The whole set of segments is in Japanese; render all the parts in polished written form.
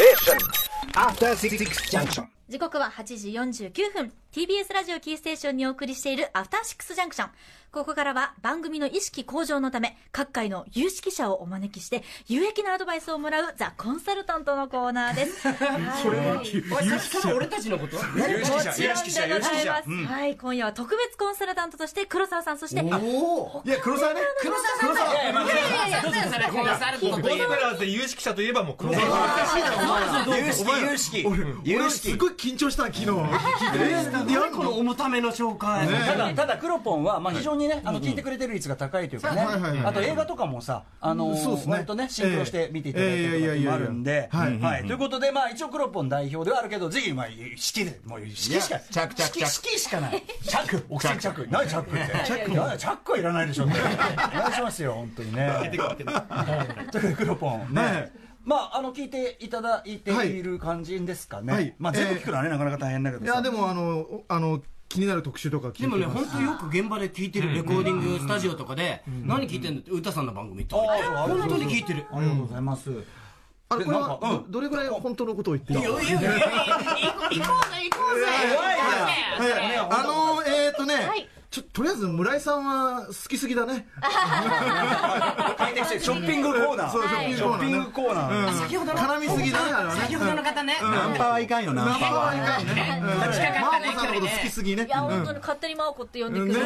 After Six Junction。 時刻は8時49分 TBS ラジオキーステーションにお送りしているアフターシックスジャンクション。ここからは番組の意識向上のため各界の有識者をお招きして有益なアドバイスをもらうザ・コンサルタントのコーナーです。 それは有識者、俺たちのこと有識者、はい、今夜は特別コンサルタントとして黒沢さん、そしていや黒沢ね、黒沢いやコンサルタントといえば有識者といえばもう黒沢さん。 有識俺すごい緊張した昨日聞いてこの重ための紹介。 ただ黒ポンは非常にね聞いてくれてる率が高いというかね、あと映画とかもさ割とねシンクロして見ていただいてることもあるんで、はいということで一応黒ポン代表ではあるけど、ぜひ式でもう式しか式しかない。チャック、奥さんチャック、何チャックってチャックはいらないでしょってお願いしますよ本当にね。という黒ポンね、聞いていただいている感じですかね。全部聞くのはねなかなか大変だけど、 いやでも気になる特集とか聞いてます。 でもね、本当よく現場で聞いてる、レコーディングスタジオとかで何聞いてんのって、歌さんの番組とか本当に聞いてる。 ありがとうございます。 これはどれぐらい本当のことを言っていいの？ 行こうぜとりあえず村井さんは好きすぎだね。 ショッピングコーナー。 そう、ショッピングコーナー。 先ほどの絡みすぎだね、あれはね。 先ほどの方ね。 ナンパはいかんよ、ナンパはいかんね。 マーコさんのこと好きすぎね。 いや本当に勝手にマーコって呼んでくれる。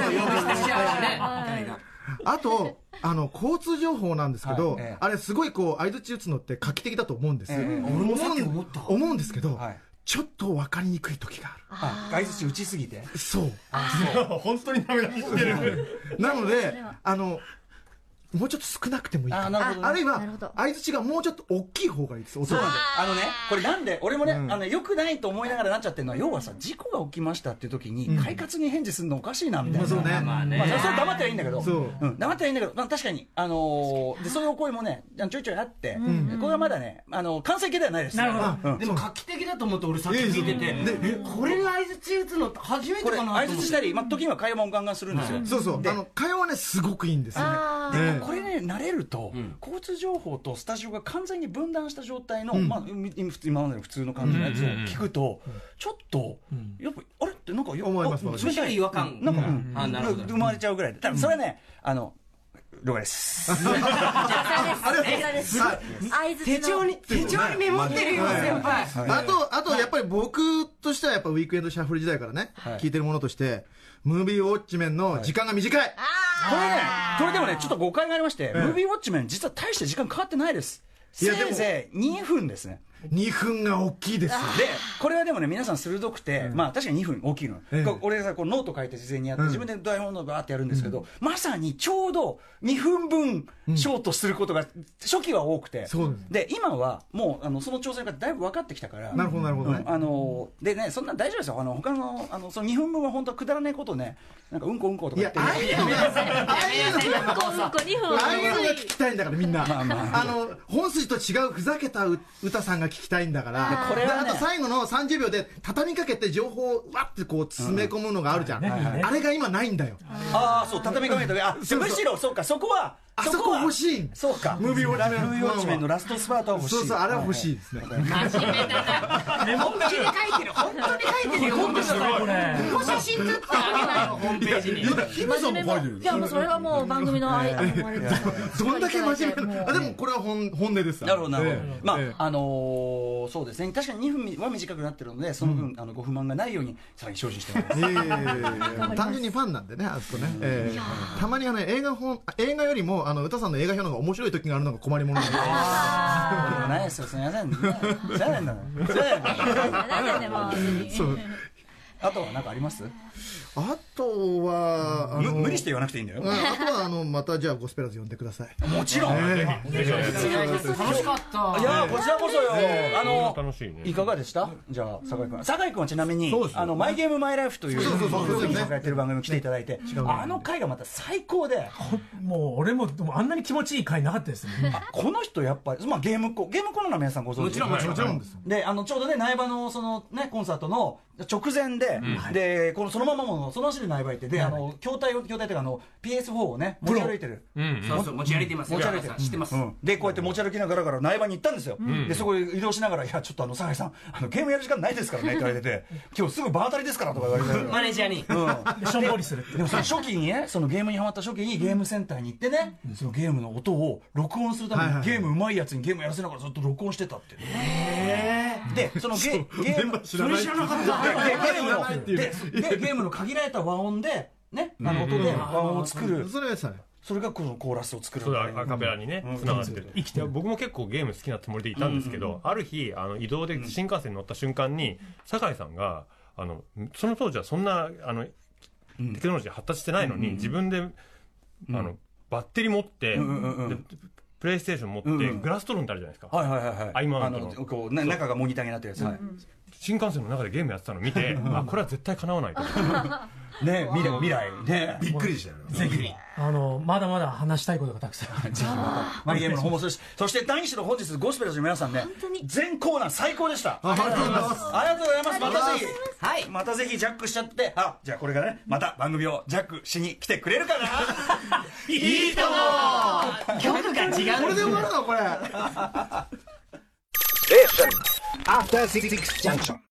あと交通情報なんですけど、あれすごい相槌打つのって画期的だと思うんです。 俺もさっき思うんですけど、ちょっと分かりにくい時がある。 相槌打ちすぎて。 そう。 本当にダメだしてる。 なのでもうちょっと少なくてもいい。あるいは相槌がもうちょっと大きい方がいいです。 そうなんでこれなんで俺もね良くないと思いながらなっちゃってるのは、要はさ事故が起きましたっていう時に快活に返事するのおかしいなみたいな。 そうね。 それ黙ってはいいんだけど、黙ってはいいんだけど、確かにでそういうお声もねちょいちょいあって、これはまだね完成形ではないです。 なるほど。でも画期的だと思って俺さっき聞いてて、これが相槌打つの初めてかなと思って。 相槌したり時には会話もガンガンするんですよ。 そう会話はねすごくいいんですよね。 これね慣れると交通情報とスタジオが完全に分断した状態の今までの普通の感じのやつを聞くとちょっとやっぱあれってなんか思います。 少し違和感なんか生まれちゃうぐらいで、多分それはね了解です。 手帳にメモってるよ先輩。 あとやっぱり僕としてはやっぱウィークエンドシャッフル時代からね聞いてるものとして、ムービーウォッチメンの時間が短い。 これでもねちょっと誤解がありまして、ムービーウォッチメン実は大して時間かかってないです。せいぜい2分ですね。 2分が大きいです。 でこれはでもね皆さん鋭くて、確かに2分大きいの。俺がノート書いて事前にやって自分で台本のバーってやるんですけど、まさにちょうど2分分ショートすることが初期は多くて、で今はもうその調整がだいぶ分かってきたから。 なるほどね。 でねそんな大丈夫ですよ。他のその2分分は本当はくだらないことね、なんかうんことか言ってる。 ああいうのが聞きたいんだからみんな。本筋と違うふざけた歌さんが聞きたいんだから。 これはあと最後の30秒で畳みかけて情報をわって詰め込むのがあるじゃん。あれが今ないんだよ。 そう畳みかけてむしろそうか、そこはあそこ欲しい。 そうか、 ムービーウォッチメンのラストスパートは欲しい。 そうあれは欲しいですね。 真面目だな。メモ書きで書いてる。本当に書いてるよ。本当にこれ。この写真撮ってあげないのホームページに。 ヒメさんも書いてる。 いやもうそれはもう番組のあれです。 どんだけ真面目な。でもこれは本音です。 なるほど。そうですね。確かに2分は短くなってるので、その分ご不満がないようにさらに精進してます。 単純にファンなんでね、あそこね。たまに映画よりも歌さんの映画表の方が面白い時があるのが困りものなんで。 ないですよ、すみません。じゃあねそう。あとは何かあります？ あとは無理して言わなくていいんだよ。 あとはまたじゃあゴスペラーズ呼んでください。 もちろん。楽しかった。 いやこちらこそよ。 楽しいね。 いかがでした？じゃあ酒井君はちなみにマイゲームマイライフというやってる番組に来ていただいて、回がまた最高で、 もう俺もあんなに気持ちいい回なかったですね。 この人やっぱりゲームコーナーの皆さんご存知？ もちろんです。 でちょうどね苗場のそのねコンサートの直前でこのそのままものその走る苗場行ってで筐体というかPS4 をね持ち歩いてる、 そうそう持ち歩いてます。 持ち歩いてる、 知ってます。 でこうやって持ち歩きながら苗場に行ったんですよ。でそこ移動しながら、いやちょっと酒井さんゲームやる時間ないですからねって言われてて、今日すぐ場当たりですからとか言われて、 マネージャーにしょんぼりするって。 でもその初期にね、そのゲームにハマった初期にゲームセンターに行ってね、そのゲームの音を録音するためにゲームうまいやつにゲームやらせながらずっと録音してたって。でそのゲームそれ知らなかった。 ゲームの限られた和音でね、音で和音を作る。それがこのコーラスを作る。 そうだ、アカペラにねつながってる。僕も結構ゲーム好きなつもりでいたんですけど、ある日移動で新幹線に乗った瞬間に酒井さんがその当時はそんなテクノロジー発達してないのに、自分でバッテリー持ってプレイステーション持ってグラストロンってあるじゃないですか。アイマウントのこう中がモニターになってるやつ。 新幹線の中でゲームやってたのを見て、これは絶対叶わないと。 ね、未来ね、 びっくりしたよ。 ぜひまだまだ話したいことがたくさんマリゲームの方もそうです。そして何しろ本日ゴスペラーズの皆さんね、全コーナー最高でした。ありがとうございます。またぜひジャックしちゃって、じゃあこれからねまた番組をジャックしに来てくれるかな。 いいとも。曲が違う。 これで終わるのこれ。 After 66 junction.